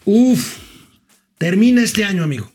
Uf, termina este año, amigo.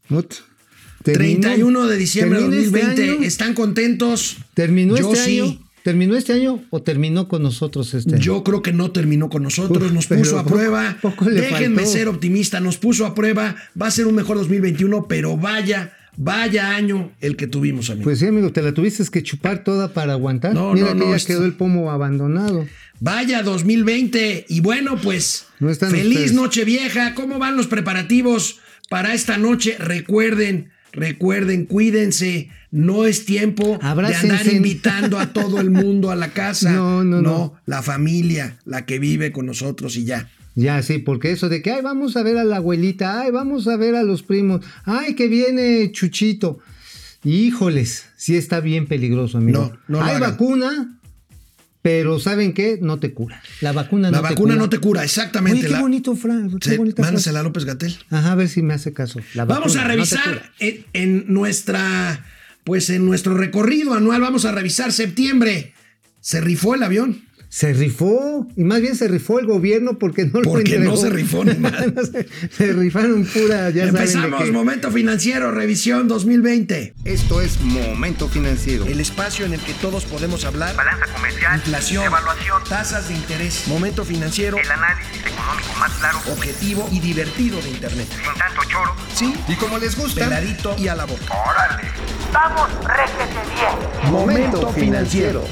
31 de diciembre de 2020. Este ¿Están contentos? ¿Terminó Yo este sí. año? ¿Terminó este año o terminó con nosotros este año? Yo creo que no terminó con nosotros, nos pero puso a prueba. poco le Déjenme faltó. ser optimista, nos puso a prueba. Va a ser un mejor 2021, pero vaya año el que tuvimos, amigo. Pues sí, amigo, te la tuviste que chupar toda para aguantar. Mira que ya quedó el pomo abandonado. Vaya 2020. Y bueno, pues No están feliz ustedes. Nochevieja. ¿Cómo van los preparativos para esta noche? Recuerden, cuídense. No es tiempo de Abrácense. andar invitando a todo el mundo a la casa. No. La familia, la que vive con nosotros y ya. Ya, sí, porque eso de que, ay, vamos a ver a la abuelita, ay, vamos a ver a los primos, ay, que viene Chuchito. Híjoles, sí está bien peligroso, amigo. No lo hay hagan. vacuna, pero ¿saben qué? No te cura. La vacuna No te cura, exactamente. Oye, qué bonito, Fran. Qué bonita frase. Mándasela a López Gatell. Ajá, a ver si me hace caso. La Vamos vacuna a revisar no te cura. en nuestro recorrido anual, vamos a revisar septiembre. ¿Se rifó el avión? Se rifó, y más bien se rifó el gobierno porque no lo entregó. No se rifó ni mal. Se rifaron pura, ya saben de Empezamos, qué. Momento Financiero, revisión 2020. Esto es Momento Financiero. El espacio en el que todos podemos hablar. Balanza comercial, Inflación, evaluación, tasas de interés. Momento Financiero, el análisis económico más claro, objetivo y divertido de Internet. sin tanto choro. Sí, Y como les gusta, peladito y a la boca. ¡Órale! ¡Vamos, réjete bien! Momento Financiero.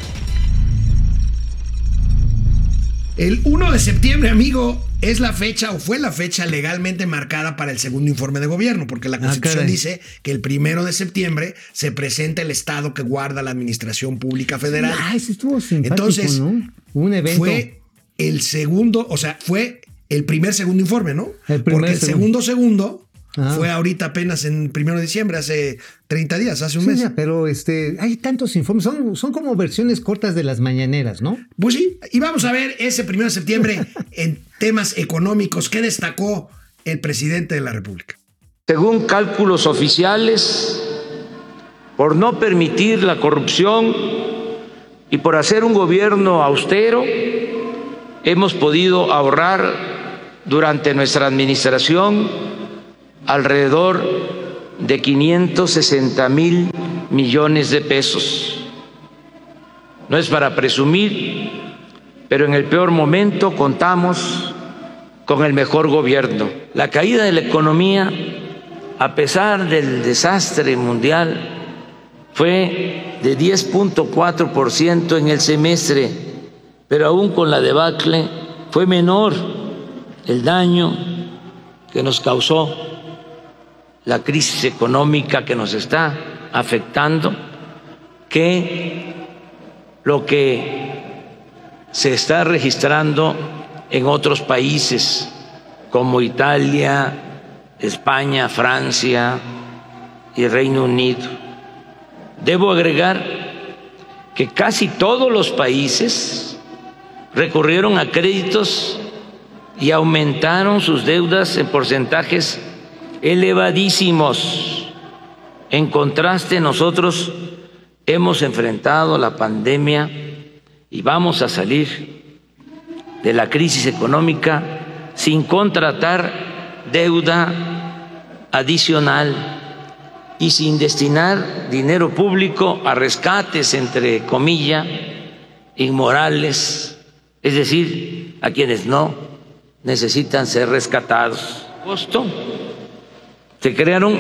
El 1 de septiembre, amigo, es la fecha o fue la fecha legalmente marcada para el segundo informe de gobierno, porque la Constitución caray. dice que el 1 de septiembre se presenta el Estado que guarda la Administración Pública Federal. Ah, ese estuvo simpático, Entonces, ¿no? Un evento. Fue el segundo, o sea, fue el segundo informe, ¿no? El primer Porque el segundo. segundo Ajá. fue ahorita apenas en 1 de diciembre, hace 30 días, hace un Sí, mes. ya, pero hay tantos informes, son como versiones cortas de las mañaneras, ¿no? Pues sí, y vamos a ver ese 1 de septiembre en temas económicos. ¿Qué destacó el presidente de la República? Según cálculos oficiales, por no permitir la corrupción y por hacer un gobierno austero, hemos podido ahorrar durante nuestra administración alrededor de 560,000 millones de pesos. No es para presumir, pero en el peor momento contamos con el mejor gobierno. La caída de la economía, a pesar del desastre mundial, fue de 10.4% en el semestre, pero aún con la debacle fue menor el daño que nos causó la crisis económica que nos está afectando que lo que se está registrando en otros países como Italia, España, Francia y Reino Unido. Debo agregar que casi todos los países recurrieron a créditos y aumentaron sus deudas en porcentajes elevadísimos. En contraste, nosotros hemos enfrentado la pandemia y vamos a salir de la crisis económica sin contratar deuda adicional y sin destinar dinero público a rescates, entre comillas, inmorales, es decir, a quienes no necesitan ser rescatados. En agosto se crearon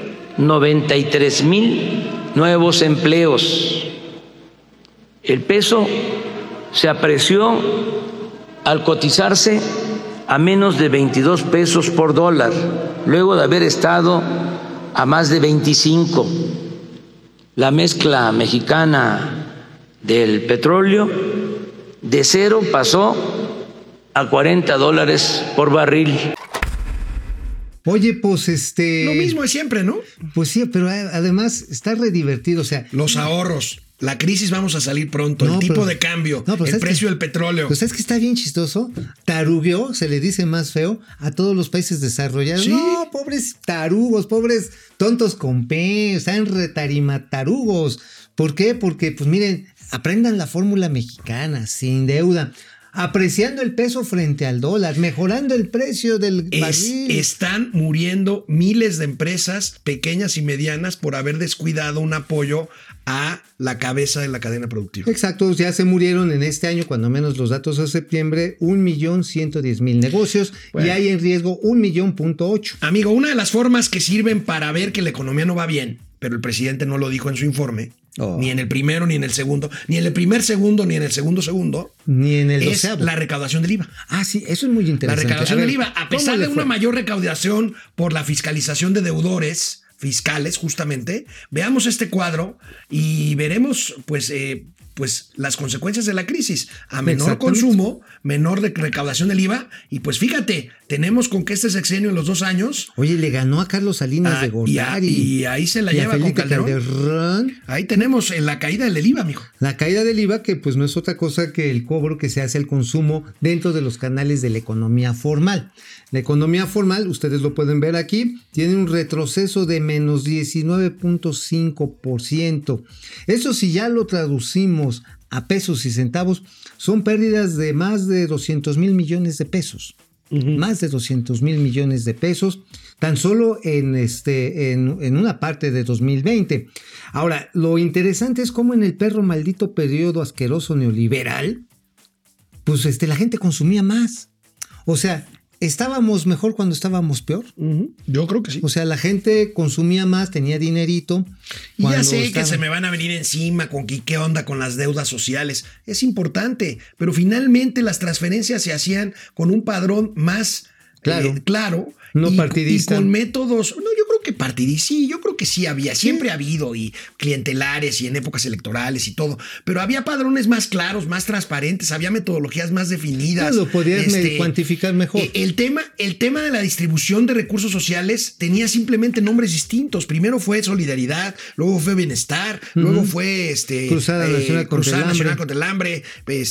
93,000 nuevos empleos. El peso se apreció al cotizarse a menos de 22 pesos por dólar, luego de haber estado a más de 25. La mezcla mexicana del petróleo de cero pasó a $40 por barril. Oye, pues Lo mismo de siempre, ¿no? Pues sí, pero además está re divertido, o sea. Los ahorros, la crisis, vamos a salir pronto, No, el tipo pero- de cambio, no, pues el es precio que- del petróleo. Pues es que está bien chistoso. Tarugueó, se le dice más feo, a todos los países desarrollados. Sí. No, pobres tarugos, pobres tontos con P, están retarimatarugos. ¿Por qué? Porque, pues miren, aprendan la fórmula mexicana, sin deuda. apreciando el peso frente al dólar, mejorando el precio del barril. Están muriendo miles de empresas pequeñas y medianas por haber descuidado un apoyo a la cabeza de la cadena productiva. Exacto, ya se murieron en este año, cuando menos los datos de septiembre, 1.110.000 negocios, bueno, y hay en riesgo 1.8 millones. Amigo, una de las formas que sirven para ver que la economía no va bien, pero el presidente no lo dijo en su informe, ni en el primero, ni en el segundo, ni en el primer segundo, ni en el segundo, ni en el es 12º. la recaudación del IVA. Ah, sí, eso es muy interesante. La recaudación A ver, del IVA, a pesar de una mayor recaudación por la fiscalización de deudores fiscales, justamente, veamos este cuadro y veremos, pues las consecuencias de la crisis. A menor consumo, menor recaudación del IVA, y pues fíjate, tenemos con que este sexenio en los 2 años... Oye, le ganó a Carlos Salinas de Gortari. Y ahí se la lleva con Calderón. Ahí tenemos la caída del IVA, amigo. La caída del IVA, que pues no es otra cosa que el cobro que se hace al consumo dentro de los canales de la economía formal. La economía formal, ustedes lo pueden ver aquí, tiene un retroceso de menos 19.5%. Eso, si ya lo traducimos a pesos y centavos, son pérdidas de más de 200,000 millones de pesos. Más de 200,000 millones de pesos, tan solo en una parte de 2020. Ahora, lo interesante es cómo en el perro maldito periodo asqueroso neoliberal, pues la gente consumía más. O sea, ¿estábamos mejor cuando estábamos peor? Yo creo que sí. O sea, la gente consumía más, tenía dinerito. Y ya sé que se me van a venir encima con qué onda con las deudas sociales. Es importante, pero finalmente las transferencias se hacían con un padrón más claro, no partidista. Y con métodos, no, yo creo que partidista, sí, yo creo que sí había, siempre ha habido, y clientelares y en épocas electorales y todo, pero había padrones más claros, más transparentes, había metodologías más definidas. Lo podías cuantificar mejor. El tema de la distribución de recursos sociales tenía simplemente nombres distintos. Primero fue Solidaridad, luego fue Bienestar, luego fue Cruzada Nacional contra el Hambre,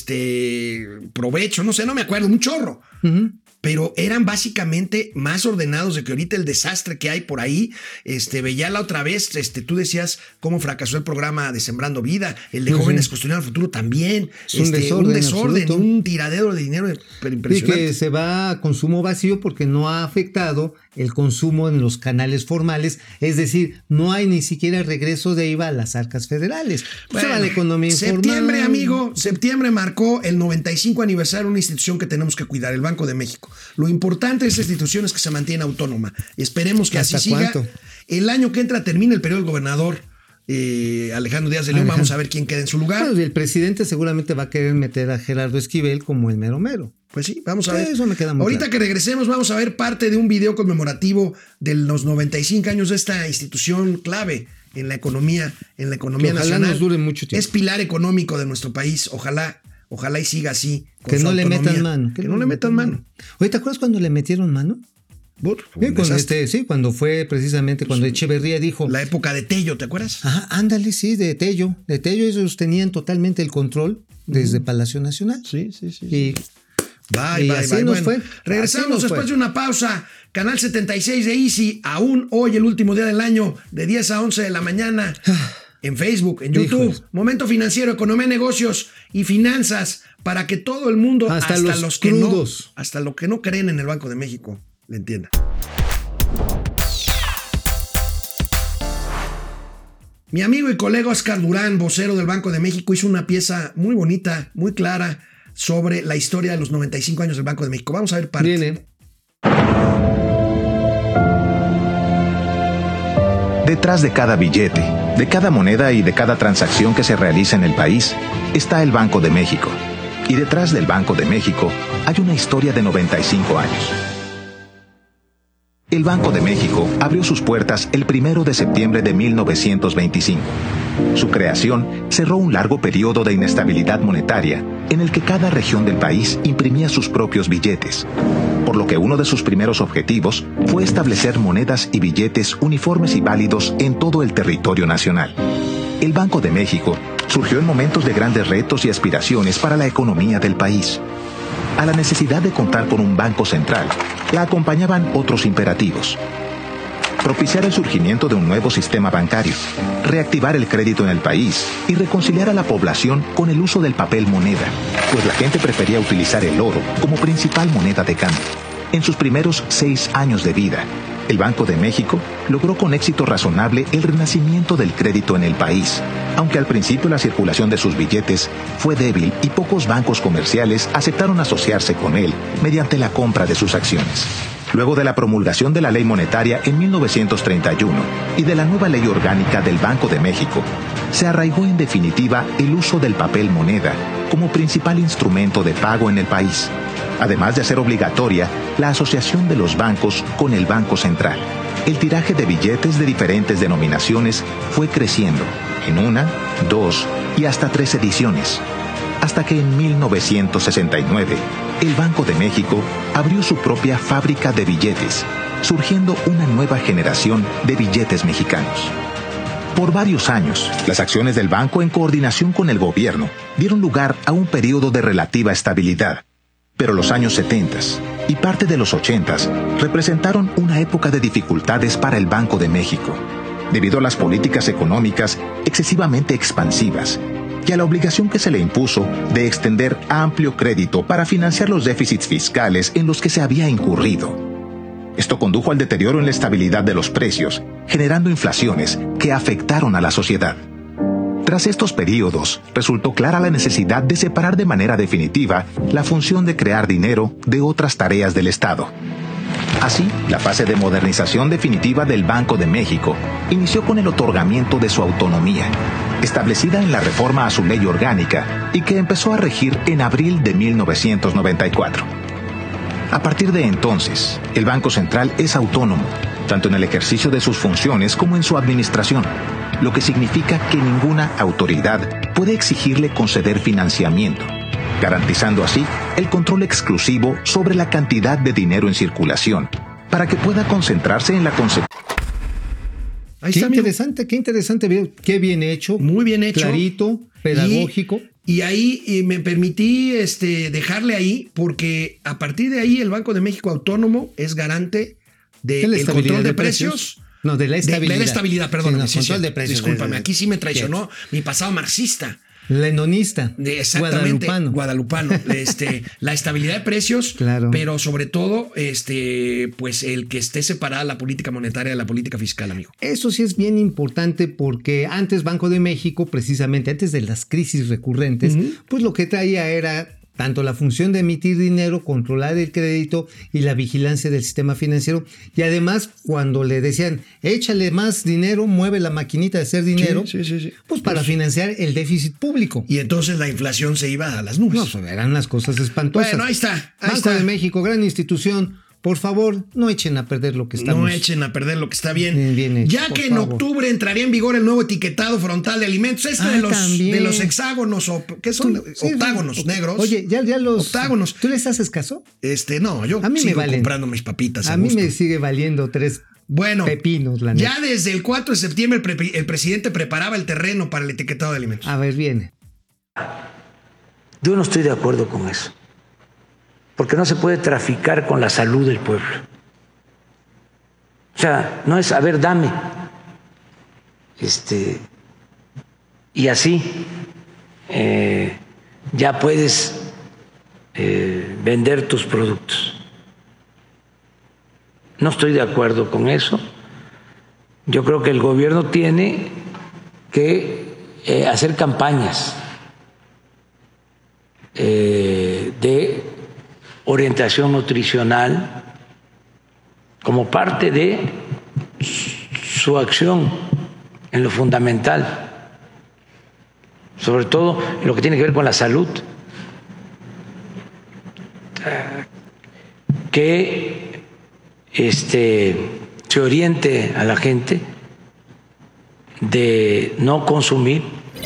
Provecho, no sé, no me acuerdo, un chorro. Pero eran básicamente más ordenados de que ahorita el desastre que hay por ahí. Veía la otra vez, tú decías cómo fracasó el programa de Sembrando Vida, el de Jóvenes Construyendo el Futuro también. Un desorden, un tiradero de dinero impresionante. Y que se va a consumo vacío porque no ha afectado el consumo en los canales formales, es decir, no hay ni siquiera regreso de IVA a las arcas federales. Bueno, se va la economía informal. Septiembre marcó el 95 aniversario de una institución que tenemos que cuidar, el Banco de México. Lo importante de esta institución es que se mantiene autónoma. Esperemos que así siga. El año que entra termina el periodo del gobernador Alejandro Díaz de León. Vamos a ver quién queda en su lugar. Bueno, el presidente seguramente va a querer meter a Gerardo Esquivel como el mero mero. Pues sí, vamos a ver. Eso me queda muy Ahorita claro. Que regresemos vamos a ver parte de un video conmemorativo de los 95 años de esta institución clave en la economía nacional. Ojalá nos dure mucho tiempo. Es pilar económico de nuestro país. Ojalá y siga así. Que no le metan mano. Que no le metan mano. Oye, ¿te acuerdas cuando le metieron mano? Cuando fue precisamente cuando Echeverría dijo... La época de Tello, ¿te acuerdas? Ajá, ándale, sí, de Tello. De Tello ellos tenían totalmente el control desde Palacio Nacional. Sí. Y Bye. Nos fue. Regresamos después de una pausa. Canal 76 de Easy. Aún hoy, el último día del año, de 10 a 11 de la mañana. En Facebook, en YouTube. Híjole. Momento Financiero, economía, negocios y finanzas. Para que todo el mundo, hasta los que no creen en el Banco de México, le entienda. Mi amigo y colega Oscar Durán, vocero del Banco de México, hizo una pieza muy bonita, muy clara, sobre la historia de los 95 años del Banco de México. Vamos a ver parte. Viene. Detrás de cada billete, de cada moneda y de cada transacción que se realiza en el país, está el Banco de México. Y detrás del Banco de México hay una historia de 95 años. El Banco de México abrió sus puertas el 1 de septiembre de 1925. Su creación cerró un largo periodo de inestabilidad monetaria en el que cada región del país imprimía sus propios billetes, por lo que uno de sus primeros objetivos fue establecer monedas y billetes uniformes y válidos en todo el territorio nacional. El Banco de México surgió en momentos de grandes retos y aspiraciones para la economía del país. A la necesidad de contar con un banco central, la acompañaban otros imperativos. propiciar el surgimiento de un nuevo sistema bancario, reactivar el crédito en el país y reconciliar a la población con el uso del papel moneda, pues la gente prefería utilizar el oro como principal moneda de cambio. En sus primeros 6 años de vida, el Banco de México logró con éxito razonable el renacimiento del crédito en el país, aunque al principio la circulación de sus billetes fue débil y pocos bancos comerciales aceptaron asociarse con él mediante la compra de sus acciones. Luego de la promulgación de la Ley Monetaria en 1931 y de la nueva Ley Orgánica del Banco de México, se arraigó en definitiva el uso del papel moneda como principal instrumento de pago en el país, además de hacer obligatoria la asociación de los bancos con el Banco Central. El tiraje de billetes de diferentes denominaciones fue creciendo en 1, 2 y hasta 3 ediciones, hasta que en 1969 el Banco de México abrió su propia fábrica de billetes, surgiendo una nueva generación de billetes mexicanos. Por varios años, las acciones del banco en coordinación con el gobierno dieron lugar a un periodo de relativa estabilidad. Pero los años 70 y parte de los 80 representaron una época de dificultades para el Banco de México, debido a las políticas económicas excesivamente expansivas y a la obligación que se le impuso de extender amplio crédito para financiar los déficits fiscales en los que se había incurrido. Esto condujo al deterioro en la estabilidad de los precios, generando inflaciones que afectaron a la sociedad. Tras estos periodos, resultó clara la necesidad de separar de manera definitiva la función de crear dinero de otras tareas del Estado. Así, la fase de modernización definitiva del Banco de México inició con el otorgamiento de su autonomía, establecida en la reforma a su ley orgánica y que empezó a regir en abril de 1994. A partir de entonces, el Banco Central es autónomo, tanto en el ejercicio de sus funciones como en su administración, lo que significa que ninguna autoridad puede exigirle conceder financiamiento, garantizando así el control exclusivo sobre la cantidad de dinero en circulación, para que pueda concentrarse en la consecución. Qué interesante video, qué bien hecho. Muy bien hecho. Clarito, pedagógico. Y ahí me permití dejarle ahí, porque a partir de ahí el Banco de México autónomo es garante del control de precios. No, de la estabilidad. De la estabilidad, perdón. Sí, control de precios. Discúlpame, aquí sí me traicionó mi pasado marxista. Lenonista. Exactamente. Guadalupano. La estabilidad de precios, claro. Pero sobre todo, pues el que esté separada la política monetaria de la política fiscal, amigo. Eso sí es bien importante porque antes Banco de México, precisamente antes de las crisis recurrentes, pues lo que traía era tanto la función de emitir dinero, controlar el crédito y la vigilancia del sistema financiero. Y además, cuando le decían, échale más dinero, mueve la maquinita de hacer dinero, sí. Pues para financiar el déficit público. Y entonces la inflación se iba a las nubes. No, pues eran unas cosas espantosas. Bueno, ahí está. Banco de México, gran institución. Por favor, no echen a perder lo que estamos. No echen a perder lo que está bien. Bien hecho, ya que en octubre entraría en vigor el nuevo etiquetado frontal de alimentos, de los hexágonos o ¿qué son? Octágonos negros. Oye, ya los octágonos. ¿Tú les haces caso? No, yo a mí sigo me valen. comprando mis papitas. A mí me sigue valiendo 3 pepinos, la neta. Ya desde el 4 de septiembre el presidente preparaba el terreno para el etiquetado de alimentos. A ver, viene. Yo no estoy de acuerdo con eso, porque no se puede traficar con la salud del pueblo. O sea, no es, a ver, dame. Y así ya puedes vender tus productos. No estoy de acuerdo con eso. Yo creo que el gobierno tiene que hacer campañas de orientación nutricional como parte de su acción en lo fundamental, sobre todo en lo que tiene que ver con la salud, que se oriente a la gente de no consumir.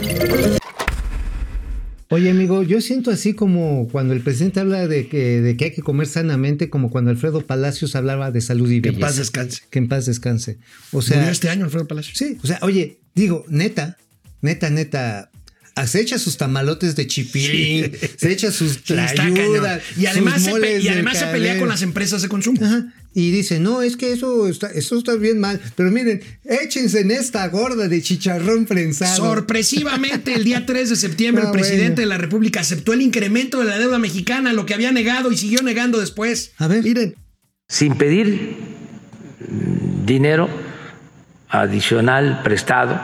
Oye, amigo, yo siento así como cuando el presidente habla de que hay que comer sanamente, como cuando Alfredo Palacios hablaba de salud y belleza. Que en paz descanse. Que en paz descanse. O sea, murió este año Alfredo Palacios. Sí, o sea, oye, digo, neta, Se echa sus tamalotes de chipilín, se echa sus Sí, está cañón. tlayudas. Y además, sus moles y además del se pelea Calero. con las empresas de consumo. Ajá. Y dice, no, es que eso está bien mal. Pero miren, échense en esta gorda de chicharrón prensado. Sorpresivamente, el día 3 de septiembre, Ah, el presidente bueno. de la República aceptó el incremento de la deuda mexicana, lo que había negado y siguió negando después. A ver. Miren. Sin pedir dinero adicional prestado,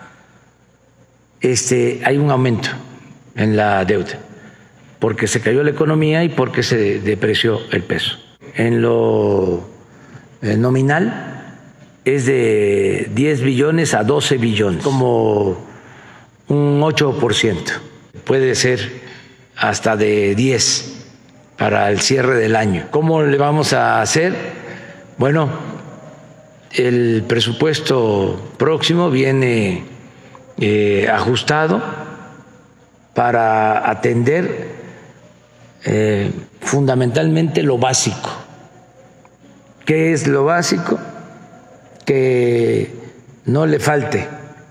hay un aumento en la deuda, porque se cayó la economía y porque se depreció el peso. En lo nominal es de 10 billones a 12 billones, como un 8%. Puede ser hasta de 10 para el cierre del año. ¿Cómo le vamos a hacer? Bueno, el presupuesto próximo viene ajustado para atender fundamentalmente lo básico. ¿Qué es lo básico? Que no le falte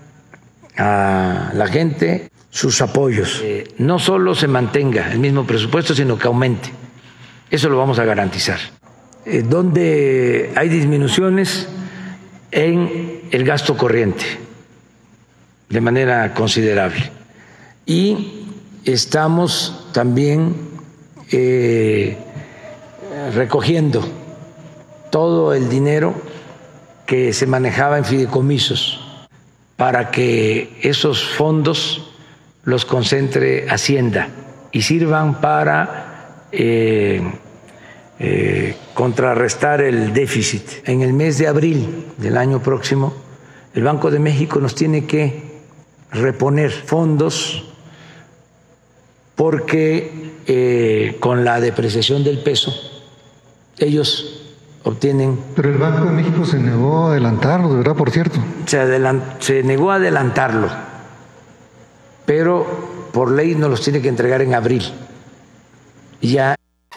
a la gente sus apoyos. No solo se mantenga el mismo presupuesto, sino que aumente. Eso lo vamos a garantizar. Donde hay disminuciones en el gasto corriente de manera considerable. Y estamos también recogiendo todo el dinero que se manejaba en fideicomisos para que esos fondos los concentre Hacienda y sirvan para contrarrestar el déficit. En el mes de abril del año próximo, el Banco de México nos tiene que reponer fondos porque con la depreciación del peso ellos obtienen. Pero el Banco de México se negó a adelantarlo, de verdad, por cierto. Se negó a adelantarlo, pero por ley nos los tiene que entregar en abril. Y ya.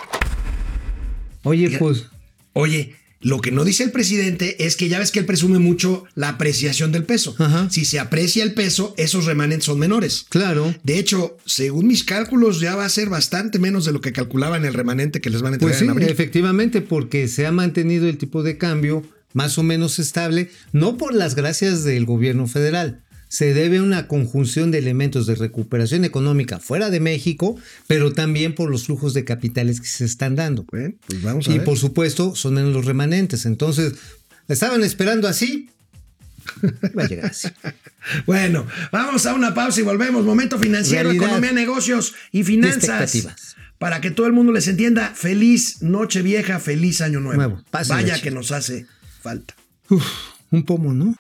Oye, pues, Oye, lo que no dice el presidente es que ya ves que él presume mucho la apreciación del peso. Ajá. Si se aprecia el peso, esos remanentes son menores. claro. De hecho, según mis cálculos, ya va a ser bastante menos de lo que calculaban el remanente que les van a entregar Pues sí, en abril. efectivamente, porque se ha mantenido el tipo de cambio más o menos estable, no por las gracias del gobierno federal. Se debe a una conjunción de elementos de recuperación económica fuera de México, pero también por los flujos de capitales que se están dando. Bueno, pues vamos a Y ver. por supuesto, son menos los remanentes. Entonces, ¿estaban esperando así? Va a llegar así. Bueno, vamos a una pausa y volvemos. Momento financiero, Realidad. economía, negocios y finanzas. Expectativas. Para que todo el mundo les entienda, feliz noche vieja, feliz año nuevo. Pásenla, Vaya chicos. que nos hace falta. Un pomo, ¿no?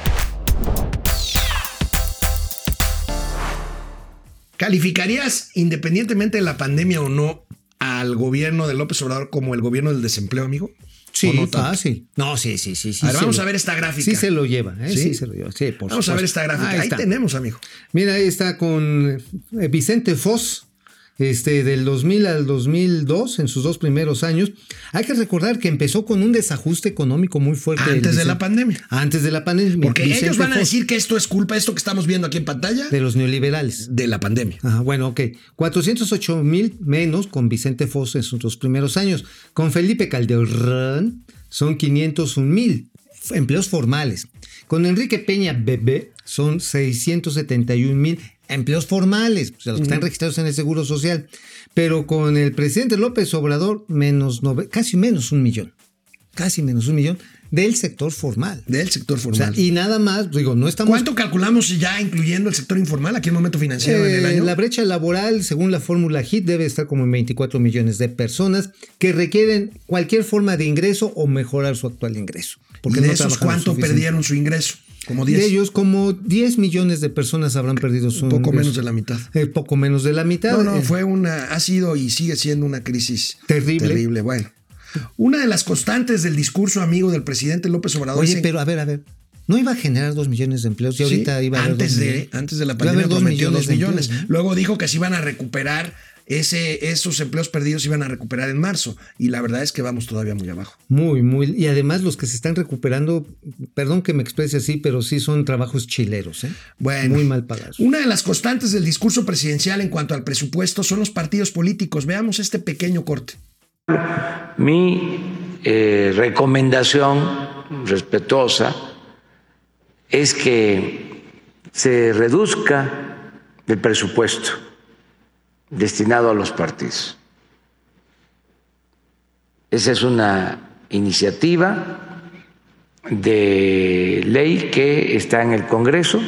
¿Calificarías, independientemente de la pandemia o no, al gobierno de López Obrador como el gobierno del desempleo, amigo? Sí, ¿O no tanto? fácil. No, sí. A ver, se vamos lo- a ver esta gráfica. Sí se lo lleva, ¿eh? ¿Sí? Sí se lo lleva. Sí, por Vamos a ver supuesto. esta gráfica. Ahí está. tenemos, amigo. Mira, ahí está con Vicente Fox, del 2000 al 2002, en sus 2 primeros años. Hay que recordar que empezó con un desajuste económico muy fuerte. Antes de la pandemia. Antes de la pandemia. Porque Vicente ellos van a Fox, decir que esto es culpa, esto que estamos viendo aquí en pantalla, de los neoliberales. de la pandemia. Ajá, bueno, ok. 408,000 menos con Vicente Fox en sus 2 primeros años. Con Felipe Calderón son 501,000 empleos formales. Con Enrique Peña Bebé son 671,000 empleos formales, o sea, los que están registrados en el Seguro Social. Pero con el presidente López Obrador, casi menos 1 millón. Casi menos 1 millón del sector formal. Del sector O sea, formal. y nada más, digo, no estamos... ¿Cuánto calculamos ya incluyendo el sector informal aquí en Momento Financiero en el año? La brecha laboral, según la fórmula HIT, debe estar como en 24 millones de personas que requieren cualquier forma de ingreso o mejorar su actual ingreso. Porque ¿Y de no esos trabajan lo cuánto suficiente. perdieron su ingreso? Como 10. De ellos, como 10 millones de personas habrán perdido su Un poco ingreso. menos de la mitad. Poco menos de la mitad. No, ha sido y sigue siendo una crisis Terrible. terrible. Bueno, una de las constantes del discurso amigo del presidente López Obrador. Oye, es en- pero a ver. ¿No iba a generar 2 millones de empleos? Y ahorita Sí, iba a haber antes 2 de, millones. antes de la Iba a pandemia haber 2 prometió millones 2 de millones. empleos, ¿no? Luego dijo que se iban a recuperar esos empleos perdidos se iban a recuperar en marzo. Y la verdad es que vamos todavía muy abajo. Muy, muy. Y además los que se están recuperando, perdón que me exprese así, pero sí son trabajos chileros, ¿eh? Bueno, muy mal pagados. Una de las constantes del discurso presidencial en cuanto al presupuesto son los partidos políticos. Veamos este pequeño corte. Mi recomendación respetuosa es que se reduzca el presupuesto destinado a los partidos. Esa es una iniciativa de ley que está en el Congreso.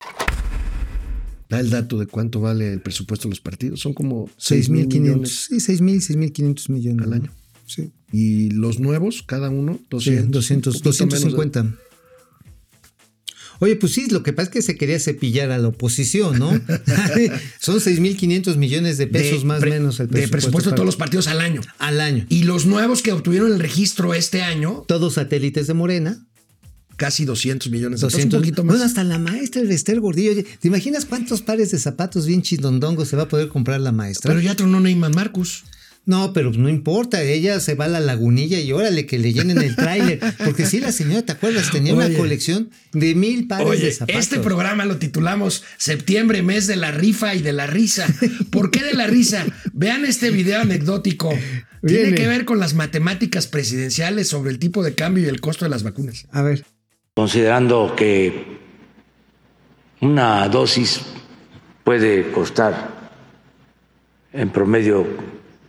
Da el dato de cuánto vale el presupuesto de los partidos. Son como 6.500 millones. Sí, 6.500 millones al año. Sí. Y los nuevos, cada uno, 200. 250. Oye, pues sí, lo que pasa es que se quería cepillar a la oposición, ¿no? Son 6.500 millones de pesos más o menos el presupuesto. De presupuesto de todos los partidos al año. Al año. Y los nuevos que obtuvieron el registro este año. Todos satélites de Morena. Casi 200 millones de 200, pesos, un poquito más. Bueno, hasta la maestra, el Esther Gordillo. Oye, ¿te imaginas cuántos pares de zapatos bien chilondongos se va a poder comprar la maestra? Pero ya tronó Neyman Marcus. No, pero no importa, ella se va a la lagunilla y órale que le llenen el tráiler, porque sí, la señora, ¿te acuerdas? Tenía una colección de 1,000 pares de zapatos. Este programa lo titulamos Septiembre, mes de la rifa y de la risa. ¿Por qué de la risa? Vean este video anecdótico. Tiene que ver con las matemáticas presidenciales sobre el tipo de cambio y el costo de las vacunas. A ver. Considerando que una dosis puede costar en promedio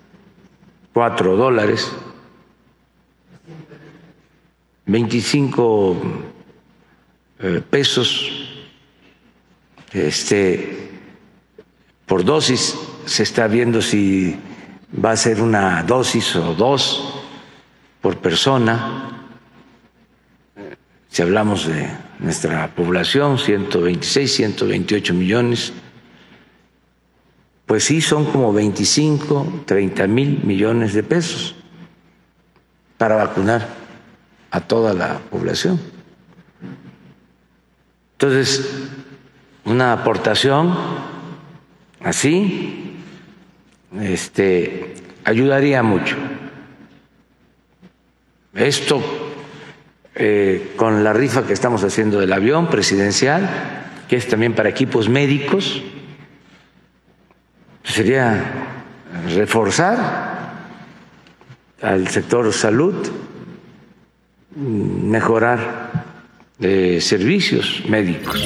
$4, 25 pesos por dosis. Se está viendo si va a ser una dosis o dos por persona. Si hablamos de nuestra población, 126, 128 millones, pues sí, son como 25, 30 mil millones de pesos para vacunar a toda la población. Entonces, una aportación así ayudaría mucho. Esto con la rifa que estamos haciendo del avión presidencial, que es también para equipos médicos, sería reforzar al sector salud, mejorar servicios médicos.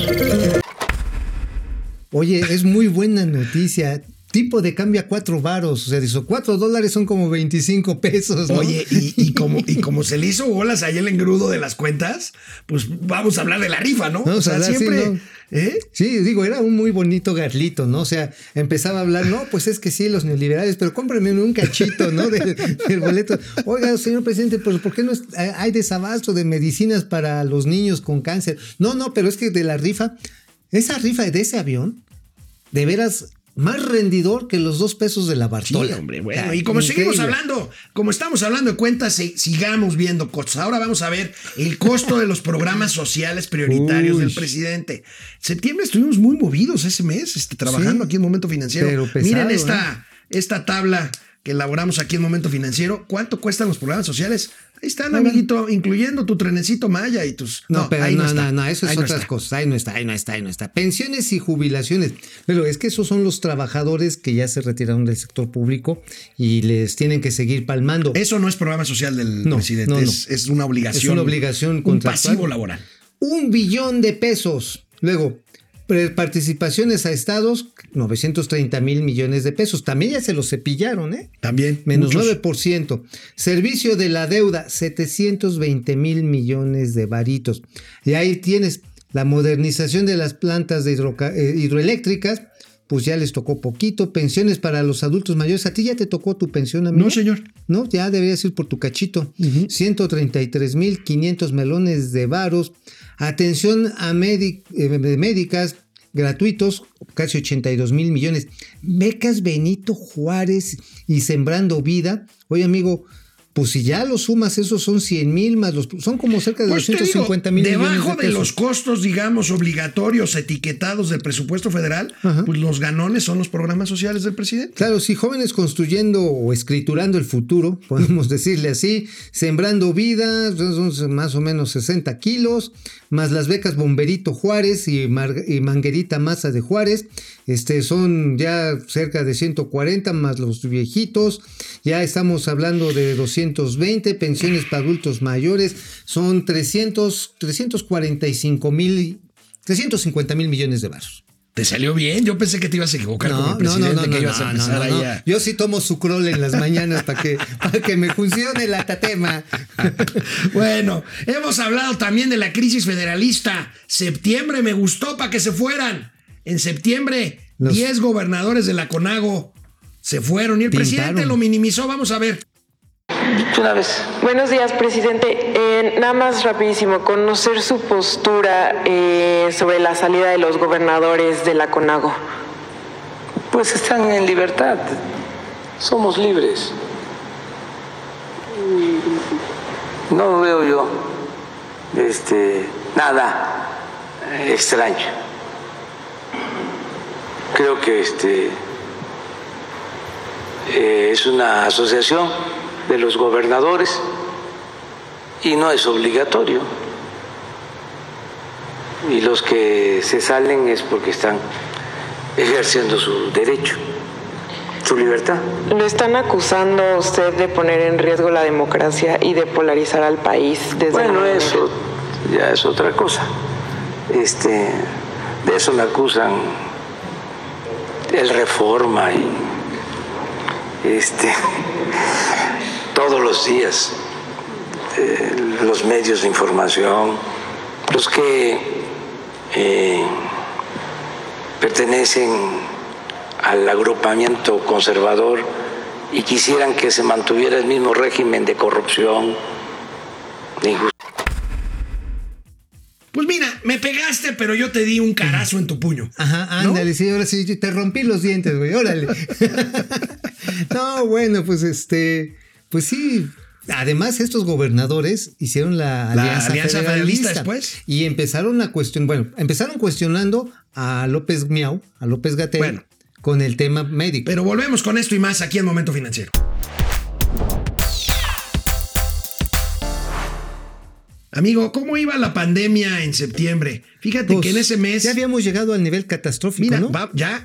Oye, es muy buena noticia. Tipo de cambio a 4 varos, o sea, dice, $4 son como 25 pesos, ¿no? Oye, y como se le hizo bolas ahí el engrudo de las cuentas, pues vamos a hablar de la rifa, ¿no? O sea, siempre... Sí, ¿no? Sí, digo, era un muy bonito garlito, ¿no? O sea, empezaba a hablar, no, pues es que sí, los neoliberales, pero cómprame un cachito, ¿no? Del boleto. Oiga, señor presidente, pues ¿por qué no hay desabasto de medicinas para los niños con cáncer? No, pero es que de la rifa, esa rifa de ese avión, de veras... más rendidor que los 2 pesos de la Bartola. Sí, hombre, bueno. Y como seguimos hablando, como estamos hablando de cuentas, sigamos viendo costos. Ahora vamos a ver el costo de los programas sociales prioritarios del presidente. Septiembre estuvimos muy movidos ese mes, trabajando aquí en Momento Financiero. Pero pesado, miren esta tabla que elaboramos aquí en Momento Financiero. ¿Cuánto cuestan los programas sociales? Ahí están, amiguito, incluyendo tu trenecito Maya y tus... No, eso es otras cosas. Ahí no está. Pensiones y jubilaciones. Pero es que esos son los trabajadores que ya se retiraron del sector público y les tienen que seguir palmando. Eso no es programa social del presidente, es una obligación. Es una obligación contractual. Un pasivo laboral. $1 billón. Luego, participaciones a estados, 930,000 millones de pesos. También ya se los cepillaron, ¿eh? También. Menos muchos. 9%. Servicio de la deuda, 720,000 millones de varitos. Y ahí tienes la modernización de las plantas de hidroeléctricas, pues ya les tocó poquito. Pensiones para los adultos mayores. ¿A ti ya te tocó tu pensión, amigo? No, señor. No, ya deberías ir por tu cachito. 133,500 melones de varos. Atención a médicas gratuitos, casi 82,000 millones. Becas Benito Juárez y Sembrando Vida. Oye, amigo, pues si ya lo sumas, esos son 100,000 más son como cerca de Pues te 250,000 millones de pesos. debajo de los costos, digamos, obligatorios etiquetados del presupuesto federal, pues los ganones son los programas sociales del presidente. Claro, si Jóvenes Construyendo o Escriturando el Futuro, podemos decirle así, Sembrando Vida, son más o menos 60 kilos, más las becas Bomberito Juárez y Manguerita Maza de Juárez, son ya cerca de 140, más los viejitos, ya estamos hablando de 220, pensiones para adultos mayores, son 350,000 millones de varos. ¿Te salió bien? Yo pensé que te ibas a equivocar como el presidente, que ibas a empezar ahí a... Yo sí tomo Sucrol en las mañanas para que me funcione la tatema. Bueno, hemos hablado también de la crisis federalista. Septiembre me gustó para que se fueran. En septiembre, 10 gobernadores de la CONAGO se fueron y el presidente lo minimizó. Vamos a ver. Una vez. Buenos días, presidente. Nada más rapidísimo, conocer su postura sobre la salida de los gobernadores de la CONAGO. Pues están en libertad. Somos libres. No veo yo nada extraño. Creo que es una asociación de los gobernadores y no es obligatorio. Y los que se salen es porque están ejerciendo su derecho, su libertad. ¿Lo están acusando a usted de poner en riesgo la democracia y de polarizar al país? Bueno, eso ya es otra cosa. De eso me acusan el Reforma y todos los días los medios de información, los que pertenecen al agrupamiento conservador y quisieran que se mantuviera el mismo régimen de corrupción, de injusticia. Pues mira, me pegaste, pero yo te di un carazo en tu puño. Ajá, ándale, ¿no? Sí, ahora sí, te rompí los dientes, güey, órale. No, bueno, pues pues sí. Además, estos gobernadores hicieron la Alianza Federalista después. Y empezaron cuestionando a López Miau, a López-Gatell, con el tema médico. Pero volvemos con esto y más aquí en Momento Financiero. Amigo, ¿cómo iba la pandemia en septiembre? Fíjate pues, que en ese mes... Ya habíamos llegado al nivel catastrófico, mira, ¿no? Ya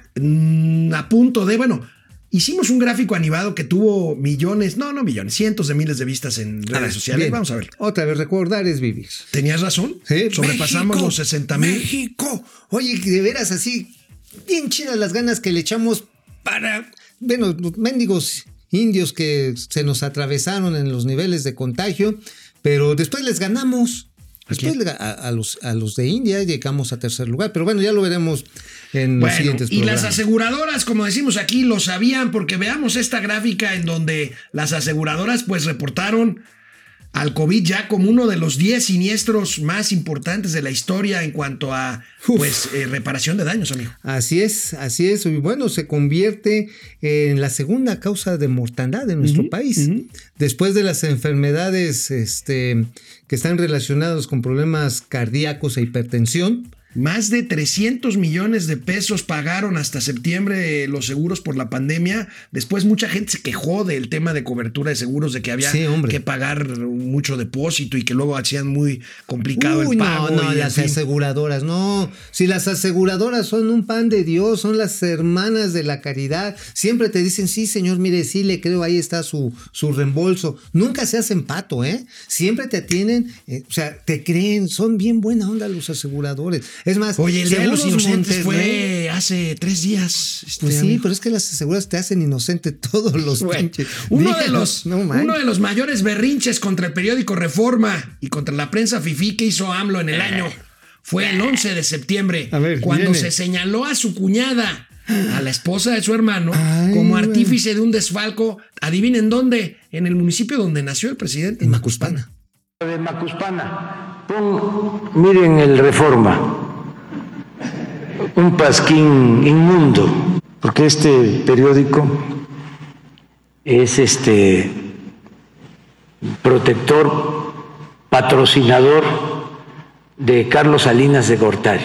a punto de... Hicimos un gráfico animado que tuvo cientos de miles de vistas en redes sociales. Bien. Vamos a ver. Otra vez, recordar es vivir. ¿Tenías razón? Sí. Sobrepasamos los 60,000. ¡México! Oye, de veras así, bien chidas las ganas que le echamos para... los mendigos indios que se nos atravesaron en los niveles de contagio... Pero después les ganamos. Después a los de India llegamos a tercer lugar. Pero bueno, ya lo veremos en los siguientes programas. Y las aseguradoras, como decimos aquí, lo sabían, porque veamos esta gráfica en donde las aseguradoras pues reportaron al COVID ya como uno de los 10 siniestros más importantes de la historia en cuanto a reparación de daños, amigo. Así es. Y bueno, se convierte en la segunda causa de mortandad en nuestro país. Después de las enfermedades que están relacionadas con problemas cardíacos e hipertensión. Más de 300 millones de pesos pagaron hasta septiembre los seguros por la pandemia. Después mucha gente se quejó del tema de cobertura de seguros, de que había que pagar mucho depósito y que luego hacían muy complicado el pago. No, las aseguradoras, no. Si las aseguradoras son un pan de Dios, son las hermanas de la caridad. Siempre te dicen, sí, señor, mire, sí le creo, ahí está su reembolso. Nunca se hacen pato, ¿eh? Siempre te atienden, te creen, son bien buena onda los aseguradores. Es más, oye, el Día de los Inocentes fue hace 3 días. Pues sí, pero es que las aseguradoras te hacen inocente todos los pinches. Uno de los mayores berrinches contra el periódico Reforma y contra la prensa fifí que hizo AMLO en el año fue el 11 de septiembre, cuando se señaló a su cuñada, a la esposa de su hermano, como artífice de un desfalco. Adivinen dónde, en el municipio donde nació el presidente, en Macuspana. De Macuspana. Miren el Reforma. Un pasquín inmundo, porque este periódico es protector, patrocinador de Carlos Salinas de Gortari.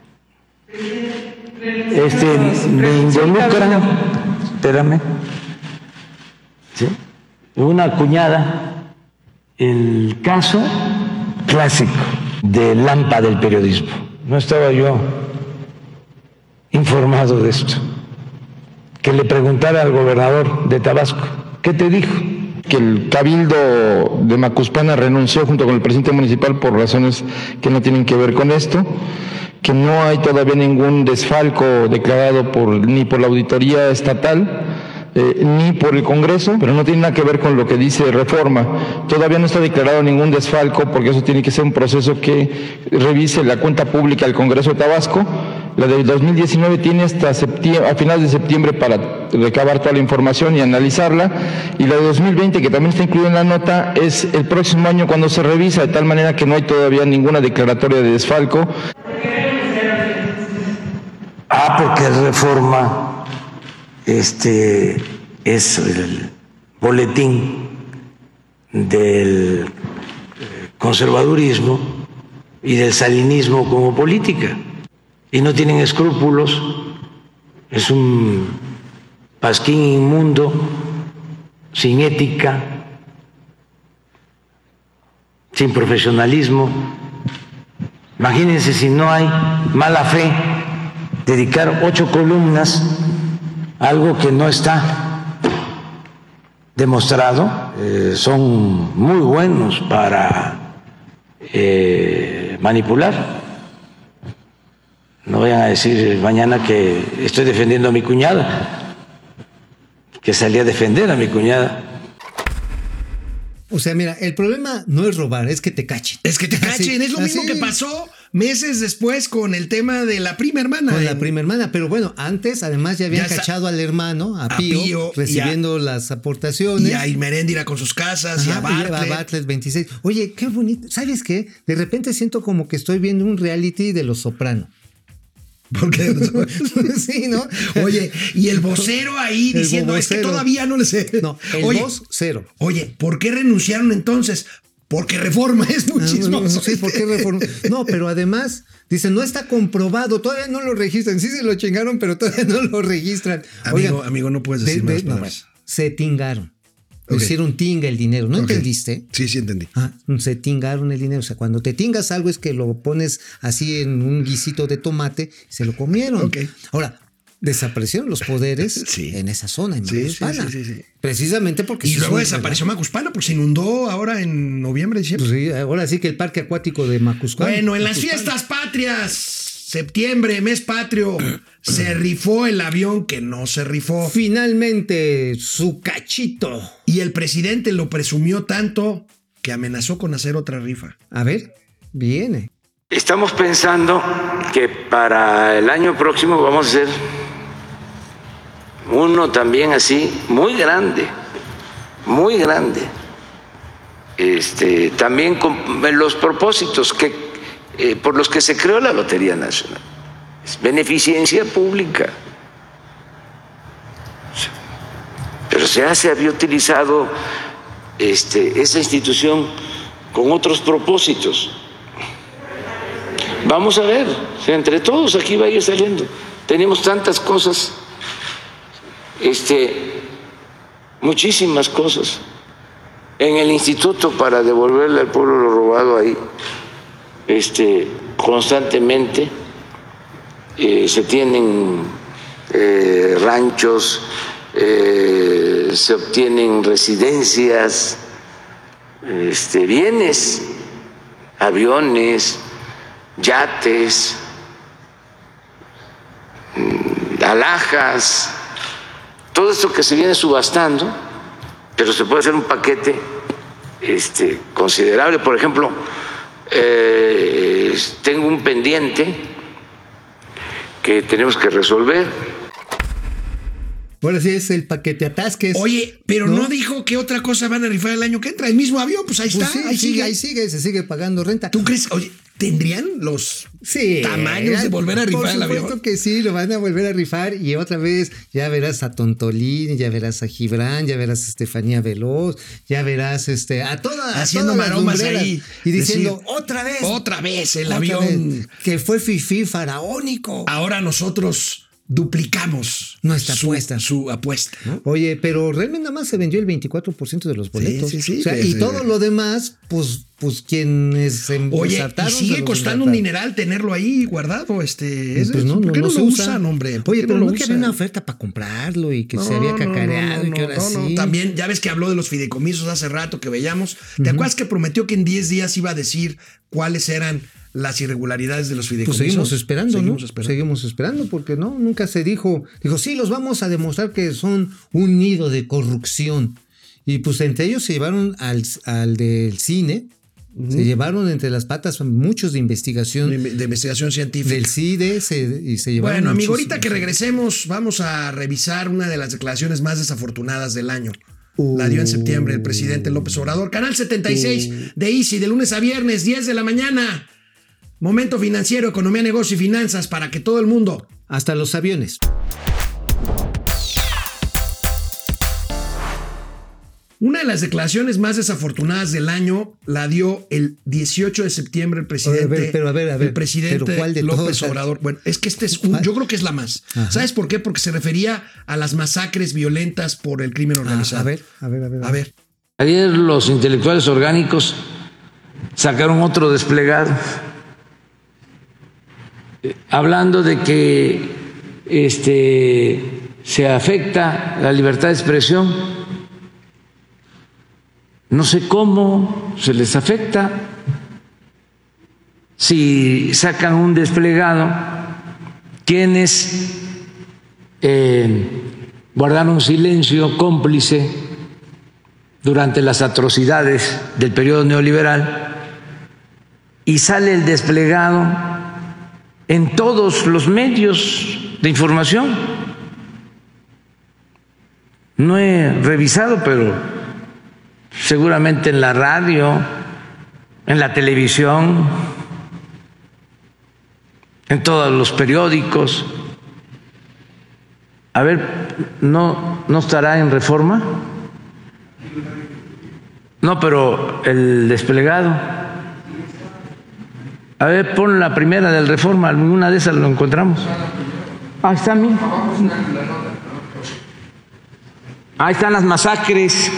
Me involucran, espérame, ¿sí? Una cuñada, el caso clásico del Lampa del periodismo. No estaba yo informado de esto. Que le preguntara al gobernador de Tabasco, ¿qué te dijo? Que el cabildo de Macuspana renunció junto con el presidente municipal por razones que no tienen que ver con esto, que no hay todavía ningún desfalco declarado ni por la auditoría estatal, ni por el Congreso, pero no tiene nada que ver con lo que dice Reforma. Todavía no está declarado ningún desfalco, porque eso tiene que ser un proceso que revise la cuenta pública del Congreso de Tabasco. La del 2019 tiene hasta a finales de septiembre para recabar toda la información y analizarla, y la de 2020, que también está incluida en la nota, es el próximo año cuando se revisa, de tal manera que no hay todavía ninguna declaratoria de desfalco. Porque Reforma es el boletín del conservadurismo y del salinismo como política, y no tienen escrúpulos. Es un pasquín inmundo, sin ética, sin profesionalismo. Imagínense, si no hay mala fe, dedicar 8 columnas a algo que no está demostrado. Son muy buenos para manipular. No vayan a decir mañana que estoy defendiendo a mi cuñada, que salí a defender a mi cuñada. O sea, mira, el problema no es robar, es que te cachen. Es que te cachen, es lo mismo que pasó meses después con el tema de la prima hermana. Con la prima hermana, pero bueno, antes además ya habían cachado al hermano, a Pío recibiendo las aportaciones. Y a Irmeréndira con sus casas, y a Bartlett. Y a Bartlett 26. Oye, qué bonito. ¿Sabes qué? De repente siento como que estoy viendo un reality de Los Soprano. Porque sí, ¿no? Oye, y el vocero ahí diciendo, es que todavía no le sé. No, vocero. Oye, ¿por qué renunciaron entonces? Porque Reforma es muy chismoso. Sí, ¿por qué Reforma? No, pero además, dicen, no está comprobado, todavía no lo registran. Sí se lo chingaron, pero todavía no lo registran. Amigo, no puedes decir más palabras. Se tingaron. Okay. Hicieron tinga el dinero, ¿no entendiste? Sí entendí. Se tingaron el dinero. O sea, cuando te tingas algo es que lo pones así en un guisito de tomate, se lo comieron. Okay. Ahora, desaparecieron los poderes en esa zona, en Macuspana. Sí. Precisamente porque... Y luego desapareció Macuspana porque se inundó ahora en noviembre, diciembre. Pues sí, ahora sí que el parque acuático de Macuspana. Bueno, en las fiestas patrias, septiembre, mes patrio, se rifó el avión que no se rifó. Finalmente, su cachito. Y el presidente lo presumió tanto que amenazó con hacer otra rifa. A ver, viene. Estamos pensando que para el año próximo vamos a hacer uno también así, muy grande. También con los propósitos por los que se creó la Lotería Nacional. Es beneficencia pública. Pero ya se había utilizado esa institución con otros propósitos. Vamos a ver, entre todos aquí va a ir saliendo. Tenemos tantas cosas, muchísimas cosas. En el instituto para devolverle al pueblo lo robado ahí, constantemente se tienen ranchos, se obtienen residencias, bienes, aviones, yates, alhajas, todo esto que se viene subastando, pero se puede hacer un paquete considerable. Por ejemplo, tengo un pendiente que tenemos que resolver. Ahora sí es el paquete atasques. Oye, pero no dijo que otra cosa van a rifar el año que entra. El mismo avión, pues ahí está. Sí, ahí sigue, se sigue pagando renta. ¿Tú crees? Oye, ¿Tendrían los Sí, tamaños de volver a rifar el avión? Por supuesto que sí, lo van a volver a rifar y otra vez ya verás a Tontolín, ya verás a Gibran, ya verás a Estefanía Veloz, ya verás a todas haciendo todas las maromas lumbreras ahí y diciendo decir, otra vez el otra avión vez, que fue fifí faraónico. Ahora nosotros duplicamos nuestra apuesta. Su apuesta, ¿no? Oye, pero realmente nada más se vendió el 24% de los boletos. Sí, o sea, y todo lo demás, pues quienes Oye, y sigue costando un dineral tenerlo ahí guardado. Pues ¿Por qué no lo usan, hombre? Oye, pero no que había una oferta para comprarlo y que se había cacareado y que ahora sí. También, ya ves que habló de los fideicomisos hace rato que veíamos. ¿Te acuerdas que prometió que en 10 días iba a decir cuáles eran las irregularidades de los fideicomisos? Pues seguimos esperando, ¿no? Seguimos esperando porque nunca se dijo. Dijo, sí, los vamos a demostrar que son un nido de corrupción. Y pues entre ellos se llevaron al del cine. Se llevaron entre las patas muchos de investigación. De investigación científica. Del CIDE y se llevaron. Bueno, amigo, ahorita que regresemos, vamos a revisar una de las declaraciones más desafortunadas del año. La dio en septiembre el presidente López Obrador. Canal 76 de Easy, de lunes a viernes, 10 de la mañana. Momento Financiero, economía, negocio y finanzas para que todo el mundo. Hasta los aviones. Una de las declaraciones más desafortunadas del año la dio el 18 de septiembre el presidente. El presidente López Obrador. Bueno, es que yo creo que es la más. Ajá. ¿Sabes por qué? Porque se refería a las masacres violentas por el crimen organizado. A ver. Ayer los intelectuales orgánicos sacaron otro desplegado hablando de que se afecta la libertad de expresión. No sé cómo se les afecta. Si sacan un desplegado, quienes guardaron silencio cómplice durante las atrocidades del periodo neoliberal, y sale el desplegado en todos los medios de información. No he revisado, pero seguramente en la radio, en la televisión, en todos los periódicos. A ver, ¿no estará en Reforma? No, pero el desplegado. A ver, pon la primera del Reforma, alguna de esas lo encontramos. Ahí está, mira. Ahí están las masacres.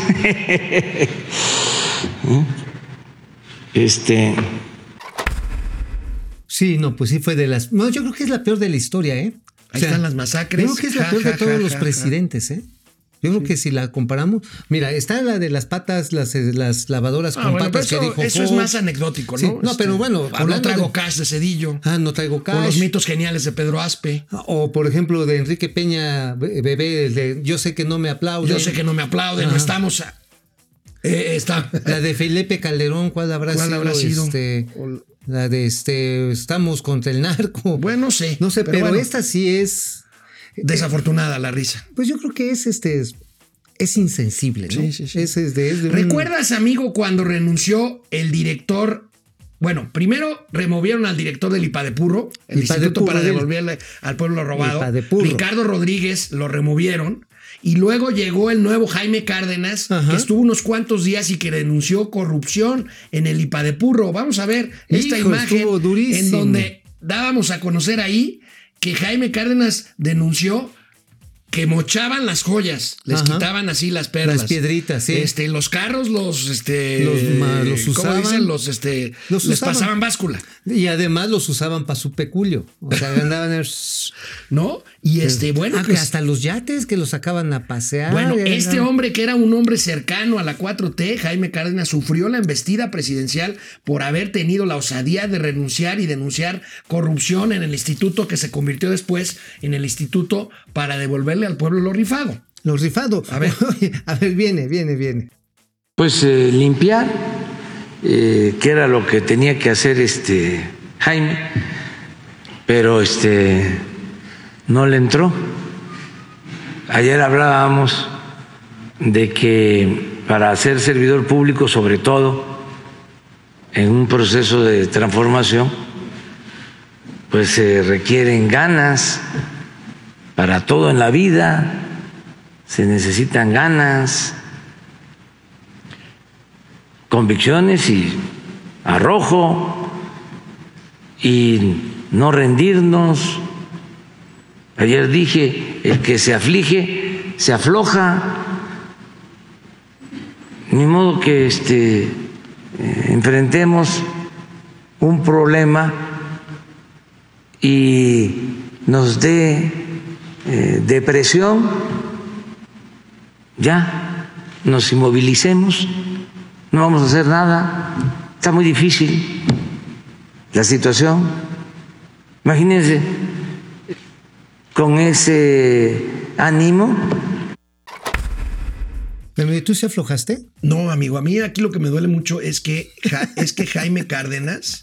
Sí, no, pues sí fue de las. No, yo creo que es la peor de la historia, ¿eh? Ahí están las masacres. Yo creo que es la peor de todos los presidentes, ¿eh? Yo creo que si la comparamos, mira, está la de las patas, las lavadoras con patas que dijo. Eso es más anecdótico, ¿no? Sí, no, pero bueno. No traigo cash de Cedillo. No traigo cash. O los mitos geniales de Pedro Aspe. O por ejemplo de Enrique Peña, bebé, yo sé que no me aplauden. No estamos. Está. La de Felipe Calderón, ¿cuál habrá sido? La de estamos contra el narco. Bueno, no sé. No sé, pero bueno, esta sí es. Desafortunada la risa. Pues yo creo que es insensible, ¿no? Sí. ¿Recuerdas, amigo, cuando renunció el director? Bueno, primero removieron al director del IPADEPURRO, el Instituto para devolverle al pueblo lo robado. Ricardo Rodríguez lo removieron. Y luego llegó el nuevo Jaime Cárdenas, que estuvo unos cuantos días y que denunció corrupción en el IPADEPURRO. Vamos a ver esta imagen en donde dábamos a conocer ahí que Jaime Cárdenas denunció que mochaban las joyas, les quitaban así las perlas. Las piedritas, sí. Los carros los usaban. ¿Cómo dicen? Les pasaban báscula. Y además los usaban para su peculio. O sea, andaban ¿no? Y bueno, pues, hasta los yates que los sacaban a pasear. Bueno, hombre que era un hombre cercano a la 4T, Jaime Cárdenas, sufrió la embestida presidencial por haber tenido la osadía de renunciar y denunciar corrupción en el instituto que se convirtió después en el Instituto para devolverle al pueblo lo rifado. Lo rifado. A ver, viene. Pues limpiar, que era lo que tenía que hacer Jaime, pero no le entró. Ayer hablábamos de que para ser servidor público, sobre todo en un proceso de transformación, pues se requieren ganas para todo en la vida, se necesitan ganas, convicciones y arrojo y no rendirnos. Ayer dije, el que se aflige, se afloja. Ni modo que enfrentemos un problema y nos dé depresión, ya nos inmovilicemos, no vamos a hacer nada. Está muy difícil la situación. Imagínense con ese ánimo. ¿Pero tú se aflojaste? No, amigo, a mí aquí lo que me duele mucho es que Jaime Cárdenas,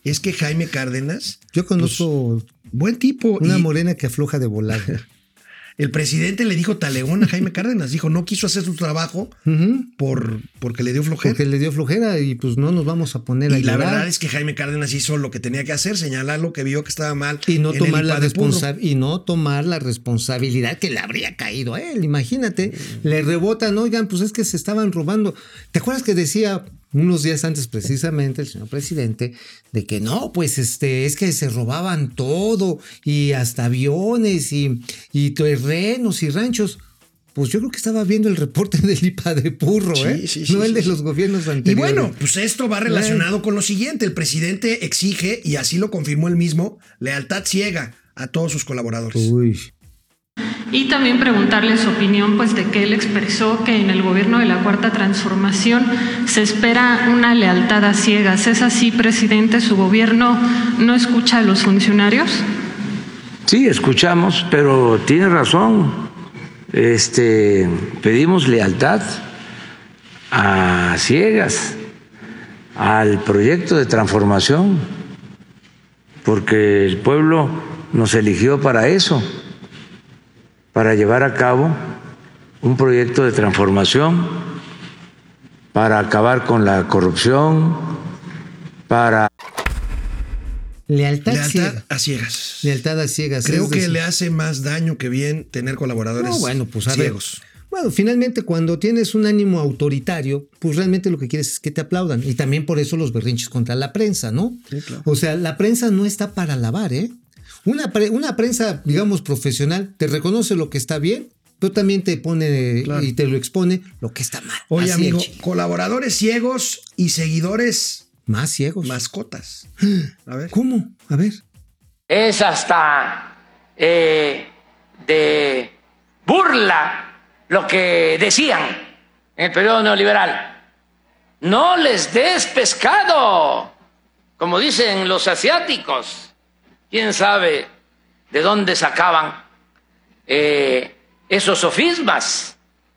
yo conozco pues, buen tipo. Una morena que afloja de volada. El presidente le dijo taleón a Jaime Cárdenas, dijo, no quiso hacer su trabajo porque le dio flojera. Porque le dio flojera y pues no nos vamos a poner a llorar. Y la verdad es que Jaime Cárdenas hizo lo que tenía que hacer, señalar lo que vio que estaba mal. Y no tomar la responsabilidad que le habría caído a él. Imagínate, le rebotan, oigan, pues es que se estaban robando. ¿Te acuerdas que decía unos días antes precisamente el señor presidente de que no, pues es que se robaban todo y hasta aviones y terrenos y ranchos? Pues yo creo que estaba viendo el reporte del IPADEPURRO, no el de los gobiernos anteriores. Y bueno, pues esto va relacionado con lo siguiente. El presidente exige, y así lo confirmó él mismo, lealtad ciega a todos sus colaboradores. Uy. Y también preguntarle su opinión, pues, de que él expresó que en el gobierno de la Cuarta Transformación se espera una lealtad a ciegas. ¿Es así, presidente? ¿Su gobierno no escucha a los funcionarios? Sí, escuchamos, pero tiene razón. Pedimos lealtad a ciegas al proyecto de transformación, porque el pueblo nos eligió para eso, para llevar a cabo un proyecto de transformación, para acabar con la corrupción, para... Lealtad a ciegas. Lealtad a ciegas. Creo que le hace más daño que bien tener colaboradores ciegos. Bueno, finalmente cuando tienes un ánimo autoritario, pues realmente lo que quieres es que te aplaudan. Y también por eso los berrinches contra la prensa, ¿no? Sí, claro. O sea, la prensa no está para alabar, ¿eh? Una prensa, digamos, profesional, te reconoce lo que está bien, pero también te pone y te lo expone lo que está mal. Oye, amigo, colaboradores ciegos y seguidores más ciegos. Mascotas. A ver. ¿Cómo? A ver. Es hasta de burla lo que decían en el periodo neoliberal. No les des pescado, como dicen los asiáticos. ¿Quién sabe de dónde sacaban esos sofismas?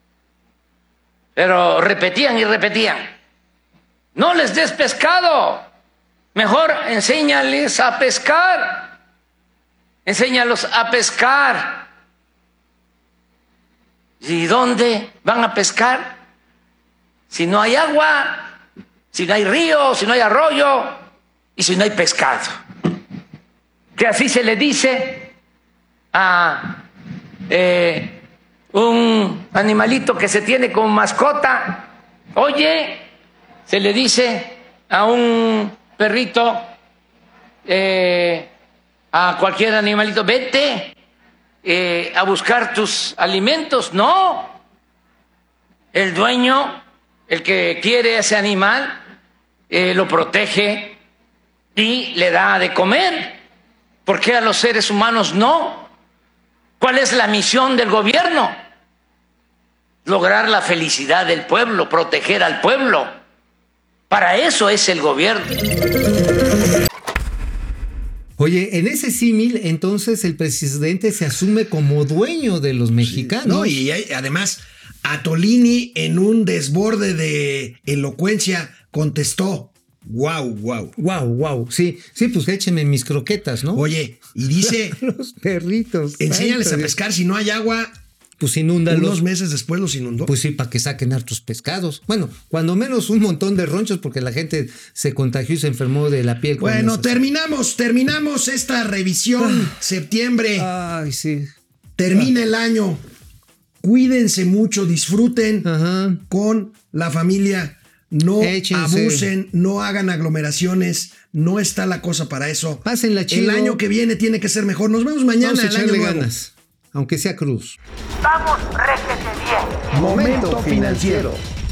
Pero repetían y repetían. No les des pescado, mejor enséñales a pescar. Enséñalos a pescar. ¿Y dónde van a pescar? Si no hay agua, si no hay río, si no hay arroyo y si no hay pescado. Que así se le dice a un animalito que se tiene como mascota. Oye, se le dice a un perrito, a cualquier animalito, vete a buscar tus alimentos. No, el dueño, el que quiere ese animal, lo protege y le da de comer. ¿Por qué a los seres humanos no? ¿Cuál es la misión del gobierno? Lograr la felicidad del pueblo, proteger al pueblo. Para eso es el gobierno. Oye, en ese símil, entonces el presidente se asume como dueño de los mexicanos. No, y además, Atolini, en un desborde de elocuencia, contestó: Wow. Sí, pues échenme mis croquetas, ¿no? Oye, y dice: los perritos. Enséñales a pescar, si no hay agua, Pues inúndalos. Unos meses después los inundó. Pues sí, para que saquen hartos pescados. Bueno, cuando menos un montón de ronchos porque la gente se contagió y se enfermó de la piel. Bueno, terminamos esta revisión. Septiembre. Ay, sí. Termina el año. Cuídense mucho, disfruten con la familia. No abusen, no hagan aglomeraciones. No está la cosa para eso. Pásenla chido. El año que viene tiene que ser mejor. Nos vemos mañana. Vamos a echarle el año nuevo. ganas, aunque sea cruz. Vamos, réjete bien. Momento financiero.